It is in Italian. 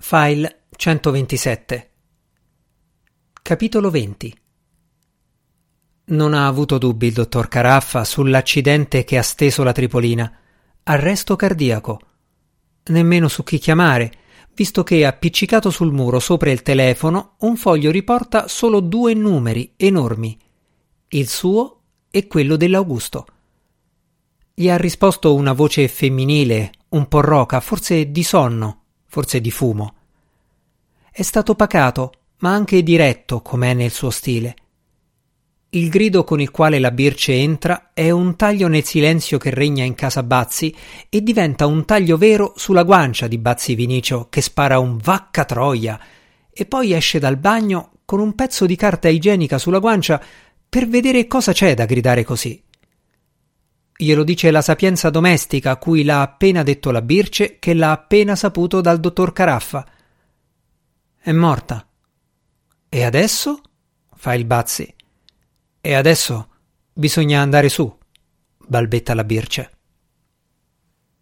File 127. Capitolo 20. Non ha avuto dubbi il dottor Caraffa sull'accidente che ha steso la Tripolina. Arresto cardiaco. Nemmeno su chi chiamare, visto che appiccicato sul muro sopra il telefono un foglio riporta solo 2 numeri enormi, il suo e quello dell'Augusto. Gli ha risposto una voce femminile, un po' roca, forse di sonno, forse di fumo. È stato pacato, ma anche diretto, com'è nel suo stile. Il grido con il quale la Birce entra è un taglio nel silenzio che regna in casa Bazzi e diventa un taglio vero sulla guancia di Bazzi Vinicio, che spara un vacca troia e poi esce dal bagno con un pezzo di carta igienica sulla guancia per vedere cosa c'è da gridare così. Glielo dice la sapienza domestica a cui l'ha appena detto la Birce, che l'ha appena saputo dal dottor Caraffa. È morta. E adesso? Fa il Bazzi. E adesso bisogna andare su, balbetta la Birce.